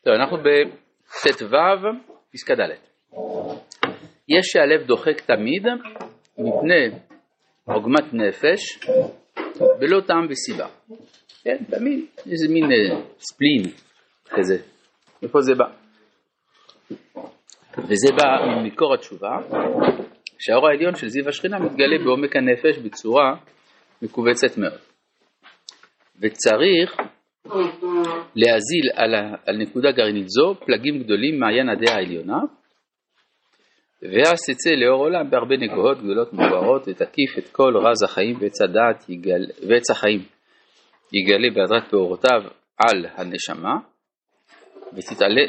טוב, אנחנו בט"ו פסקה ד'. יש שהלב דוחק תמיד מפני עוגמת נפש בלא טעם וסיבה. כן, תמיד איזה מין ספלין כזה. איפה זה בא? וזה בא ממקור התשובה, שהאור העליון של זיו השכינה מתגלה בעומק הנפש בצורה מקובצת מאוד. וצריך להזיל על נקודה גרעינית זו פלגים גדולים מעיין הדעה העליונה, והסצה לאור עולם בהרבה נגועות גדולות מבוארות, ותקיף את כל רז החיים ועץ החיים יגלה בהדרת פעורותיו על הנשמה, והתעלה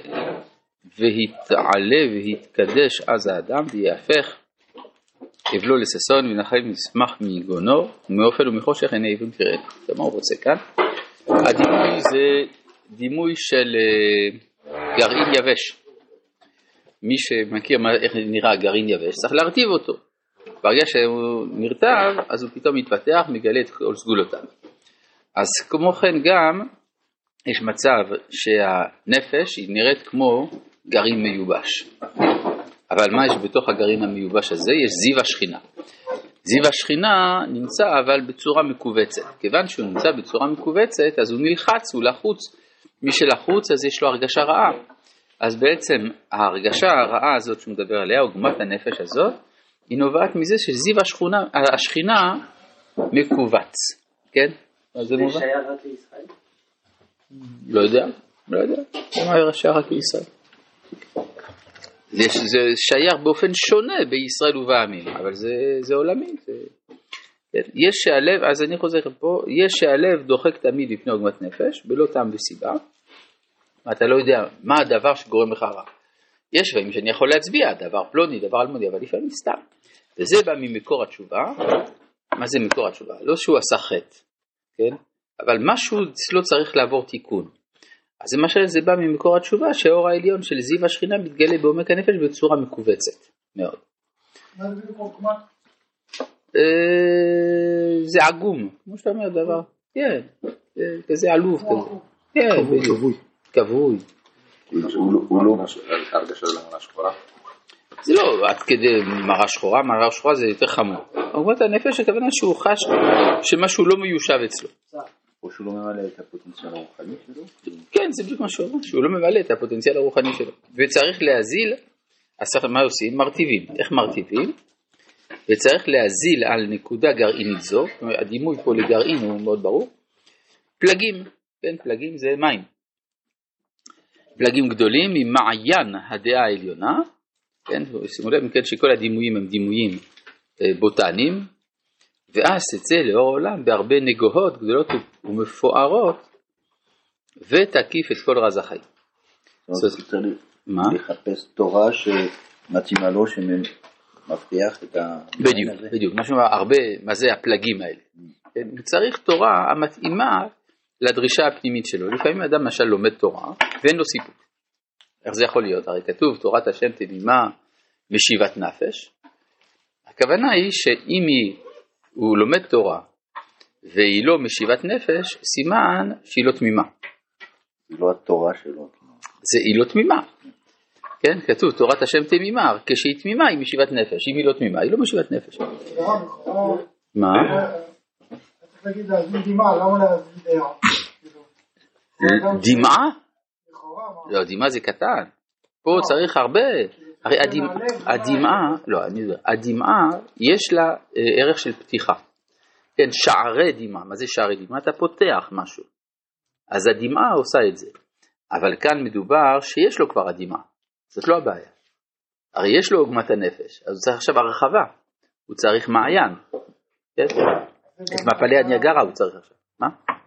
והתקדש אז האדם ויהפך אבלו לששון ונחיים ישמח מיגונו ומאופל ומחושך עיני עיוון תראה. מה הוא רוצה כאן? הדימוי זה דימוי של גרעין יבש. מי שמכיר איך נראה גרעין יבש צריך להרטיב אותו. ברגע שהוא נרטב אז הוא פתאום מתפתח, מגלה את כל סגולותיו. אז כמו כן גם יש מצב שהנפש היא נראית כמו גרעין מיובש. אבל מה יש בתוך הגרעין המיובש הזה? יש זיו השכינה. זיו השכינה נמצא אבל בצורה מקובצת. כיוון שהוא נמצא בצורה מקובצת, אז הוא נלחץ, הוא לחוץ. מי שלחוץ אז יש לו הרגשה רעה. אז בעצם ההרגשה הרעה הזאת שהוא מדבר עליה, עוגמת הנפש הזאת, היא נובעת מזה שזיו השכינה מקובץ. כן? אז זה מובן? זה שייך רק לישראל? לא יודע. מה שייך רק לישראל? זה שייך באופן שונה בישראל ובעמים, אבל זה עולמי. יש שהלב, אז אני חוזר פה, יש שהלב דוחק תמיד לפני עוגמת נפש, בלא טעם וסיבה. אתה לא יודע מה הדבר שגורם לך רע. יש פעמים שאני יכול להצביע, דבר פלוני, דבר אלמוני, אבל לפעמים סתם. וזה בא ממקור התשובה. מה זה מקור התשובה? לא שהוא עשה חטא, כן? אבל משהו לא צריך לעבור תיקון. אז זה בא ממקור התשובה שהאור העליון של זיו השכינה מתגלה בעומק הנפש בצורה מקובצת מאוד. מה זה בדיוק עוגמת? זה עגום, כמו שאתה אומר דבר. כן, כזה עלוב כזה. כן, כבוי. הוא לא הרגשה של מראה שחורה? זה לא עד כדי מראה שחורה, מראה שחורה זה יותר חמור. עוגמת הנפש הכוונה שהוא חש שמשהו לא מיושב אצלו. או שהוא לא ממלא את הפוטנציאל הרוחני שלו? כן, זה בדיוק מה שהוא אומר, שהוא לא ממלא את הפוטנציאל הרוחני שלו. וצריך להזיל, אז מה עושים? מרטיבים. איך מרטיבים? וצריך להזיל על נקודה גרעינית זו, הדימוי פה לגרעין הוא מאוד ברור, פלגים, כן, פלגים זה מים. פלגים גדולים ממעיין הדעה העליונה, כן, שימו לב, כן, שכל הדימויים הם דימויים בוטניים, ואז תצא לאור העולם בהרבה נגוהות גדולות ומפוארות, ותקיף את כל רז החיים. צריך לחפש תורה שמתאימה לו, שמבטיח את העניין הזה. בדיוק, מה שאומר הרבה, מה זה הפלגים האלה? צריך תורה המתאימה לדרישה הפנימית שלו. לפעמים האדם למשל לומד תורה, ואין לו סיפוק. איך זה יכול להיות? הרי כתוב, תורת השם תמימה משיבת נפש. הכוונה היא שאם הוא לומד תורה, והיא לא משיבת נפש, סימן שהיא לא תמימה. היא לא התורה שלו. היא לא תמימה. כן, כתוב, תורת השם תמימה, כשהיא תמימה היא משיבת נפש, אם היא לא תמימה, היא לא משיבת נפש. מה? צריך להגיד להזמין דמעה, למה להזמין דעה? דמעה? לא, דמעה זה קטן. פה צריך הרבה. הרי הדמעה, יש לה ערך של פתיחה. כן, שערי דמעה. מה זה שערי דמעה? אתה פותח משהו. אז הדמעה עושה את זה. אבל כאן מדובר שיש לו כבר הדמעה. זאת לא הבעיה. הרי יש לו עוגמת הנפש. אז הוא צריך עכשיו הרחבה. הוא צריך מעיין. כן? את מפלי הניאגרה הוא צריך עכשיו. מה?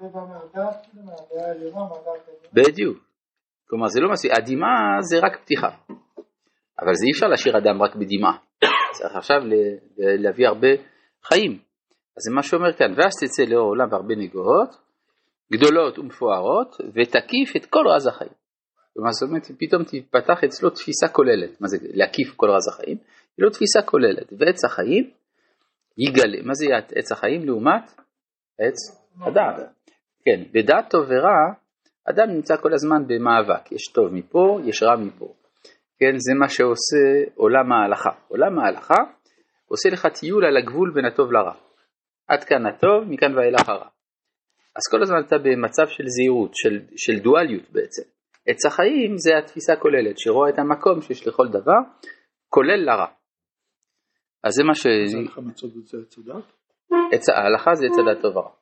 בדיוק. כלומר זה לא מספיק. הדמעה זה רק פתיחה. אבל זה אי אפשר להשאיר אדם רק בדמעה. צריך עכשיו להביא הרבה חיים. אז זה מה שאומר כאן. ואז תצא לאור העולם בהרבה נגוהות, גדולות ומפוארות, ותקיף את כל רז החיים. כלומר זאת אומרת, פתאום תפתח אצלו תפיסה כוללת. מה זה להקיף כל רז החיים? היא לא תפיסה כוללת. ועץ החיים יגלה. מה זה עץ החיים לעומת? עץ הדעת. כן, בדעת טוב ורע, אדם נמצא כל הזמן במאבק, יש טוב מפה, יש רע מפה. כן, זה מה שעושה עולם ההלכה. עולם ההלכה עושה לך טיול על הגבול בין הטוב לרע. עד כאן הטוב, מכאן ואילך הרע. אז כל הזמן אתה במצב של זהירות, של דואליות בעצם. עץ החיים זה התפיסה הכוללת, שרואה את המקום שיש לכל דבר, כולל לרע. אז זה מה ש... זה הלכה מצוד את זה הצדת? ההלכה זה צדת טוב ורע.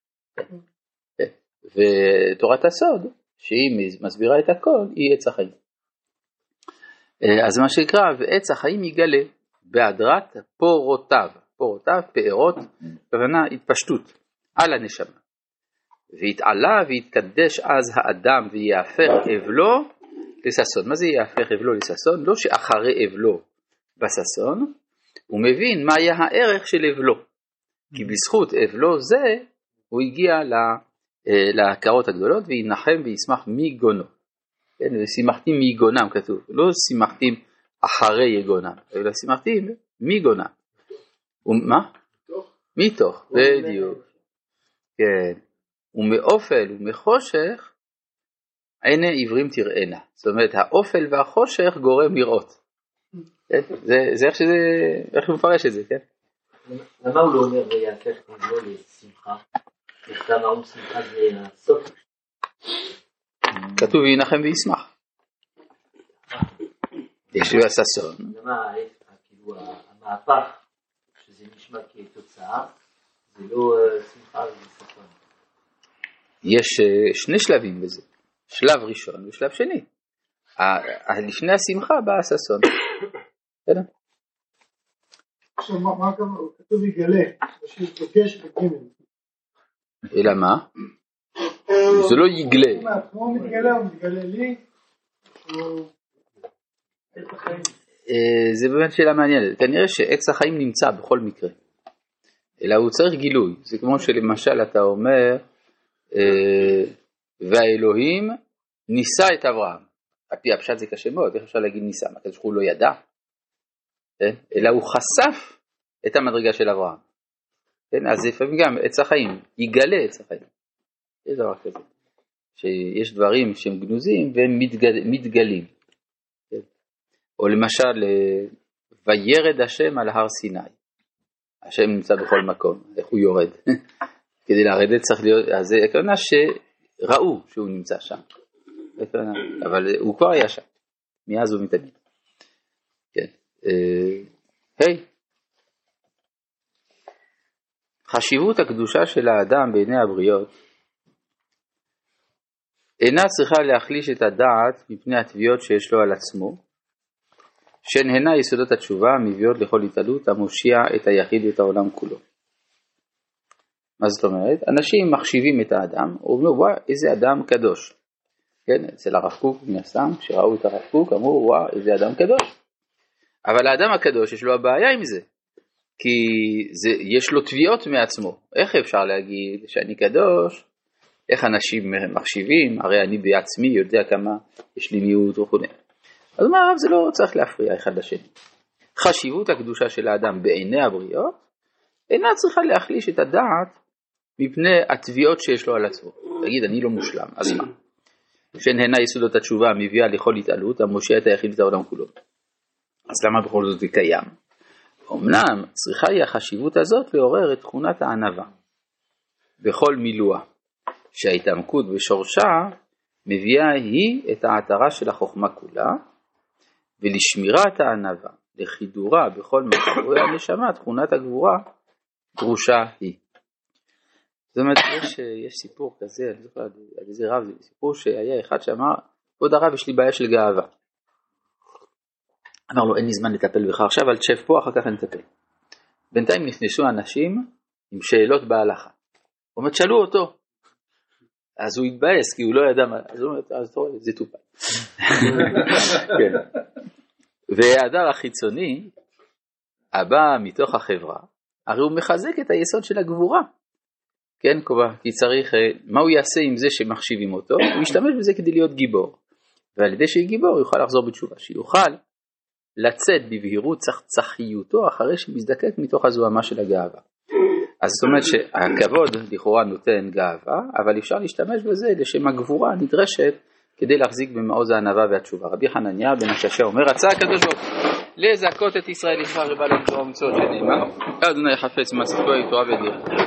ותורת הסוד, שהיא מסבירה את הכל, היא עץ החיים. אז מה שקרא, ועץ החיים יגלה בהדרת פורותיו, פורותיו, פארות, כוונה התפשטות על הנשמה. והתעלה והתקדש אז האדם ויהפך אבלו לססון. מה זה יהפך אבלו לססון? לא שאחרי אבלו בססון, הוא מבין מה היה הערך של אבלו. כי בזכות אבלו זה, הוא הגיע להכרות הגדולות, וינחם וישמח מגונו. כן, ושימחתי מגונם כתוב, לא שימחתי אחרי יגונם, אלא שימחתי מגונם. ומה? מתוך, בדיוק. כן. ומאופל ומחושך עיני עברים תראינה. זאת אומרת, האופל והחושך גורם לראות. כן? זה איך הוא מפרש את זה, כן? למה הוא לא אומר ויהפך לא לשמחה? נכתב מהות שמחה זה הסוף. כתוב וינחם וישמח. יש לי הססון. למה כאילו המהפך, שזה נשמע כתוצאה, זה לא שמחה, זה ססון. יש שני שלבים בזה. שלב ראשון ושלב שני. לפני השמחה בא הססון. בסדר? עכשיו מה כתוב יגלה? שיתבקש בגימל. אלא מה? זה לא יגלה. הוא מתגלה, הוא מתגלה לי. זה באמת שאלה מעניינת. כנראה שעץ החיים נמצא בכל מקרה. אלא הוא צריך גילוי. זה כמו שלמשל אתה אומר, והאלוהים ניסה את אברהם. על פי הפשט זה קשה מאוד, איך אפשר להגיד ניסה? מה כזה שהוא לא ידע? אלא הוא חשף את המדרגה של אברהם. אז לפעמים גם עץ החיים, יגלה עץ החיים. יש דבר כזה. שיש דברים שהם גנוזים והם מתגלים. או למשל, וירד השם על הר סיני. השם נמצא בכל מקום, איך הוא יורד. כדי לרדת צריך להיות, אז זה הכוונה שראו שהוא נמצא שם. אבל הוא כבר היה שם, מאז ומתמיד. כן. היי. חשיבות הקדושה של האדם בעיני הבריות אינה צריכה להחליש את הדעת מפני התביעות שיש לו על עצמו, שהן הנה יסודות התשובה המביאות לכל התעלות המושיע את היחיד ואת העולם כולו. מה זאת אומרת? אנשים מחשיבים את האדם, אומרים, וואה, איזה אדם קדוש. כן, אצל הרב קוק, מן כשראו את הרב קוק, אמרו, וואה, איזה אדם קדוש. אבל האדם הקדוש יש לו הבעיה עם זה, כי יש לו תביעות מעצמו. איך אפשר להגיד שאני קדוש? איך אנשים מחשיבים? הרי אני בעצמי יודע כמה יש לי מיעוט וכו'. אז מה, זה לא צריך להפריע אחד לשני. חשיבות הקדושה של האדם בעיני הבריות, אינה צריכה להחליש את הדעת מפני התביעות שיש לו על עצמו. תגיד, אני לא מושלם, אז מה? שהן הנה יסודות התשובה המביאה לכל התעלות, המושיע את היחיד ואת העולם כולו. אז למה בכל זאת זה קיים? אמנם צריכה היא החשיבות הזאת לעורר את תכונת הענווה בכל מילואה, שההתעמקות בשורשה מביאה היא את העטרה של החוכמה כולה, ולשמירת הענווה, לחידורה בכל מחברי הנשמה, תכונת הגבורה דרושה היא. זאת אומרת, יש סיפור כזה, אני זוכר על איזה רב, זה סיפור שהיה אחד שאמר, כבוד הרב, יש לי בעיה של גאווה. אמר לו, אין לי זמן לטפל בך עכשיו, אבל תשב פה, אחר כך אני אטפל. בינתיים נכנסו אנשים עם שאלות בהלכה. הוא אומר, תשאלו אותו. אז הוא התבאס, כי הוא לא ידע מה, אז הוא אומר, אז תראה, זה טופל. כן. וההדר החיצוני, הבא מתוך החברה, הרי הוא מחזק את היסוד של הגבורה. כן, כי צריך, מה הוא יעשה עם זה שמחשיבים אותו? הוא ישתמש בזה כדי להיות גיבור. ועל ידי שיהיה גיבור, הוא יוכל לחזור בתשובה. שיוכל לצאת בבהירות צחיותו אחרי שמזדקק מתוך הזוהמה של הגאווה. אז זאת אומרת שהכבוד לכאורה נותן גאווה, אבל אפשר להשתמש בזה לשם הגבורה הנדרשת כדי להחזיק במעוז הענווה והתשובה. רבי חנניה בן הקשיא אומר, רצה הקדוש ברוך הוא לזכות את ישראל לכך ובא להם תורה ומצוות שנאמר, אדוני חפץ מעשית תורה ודרך.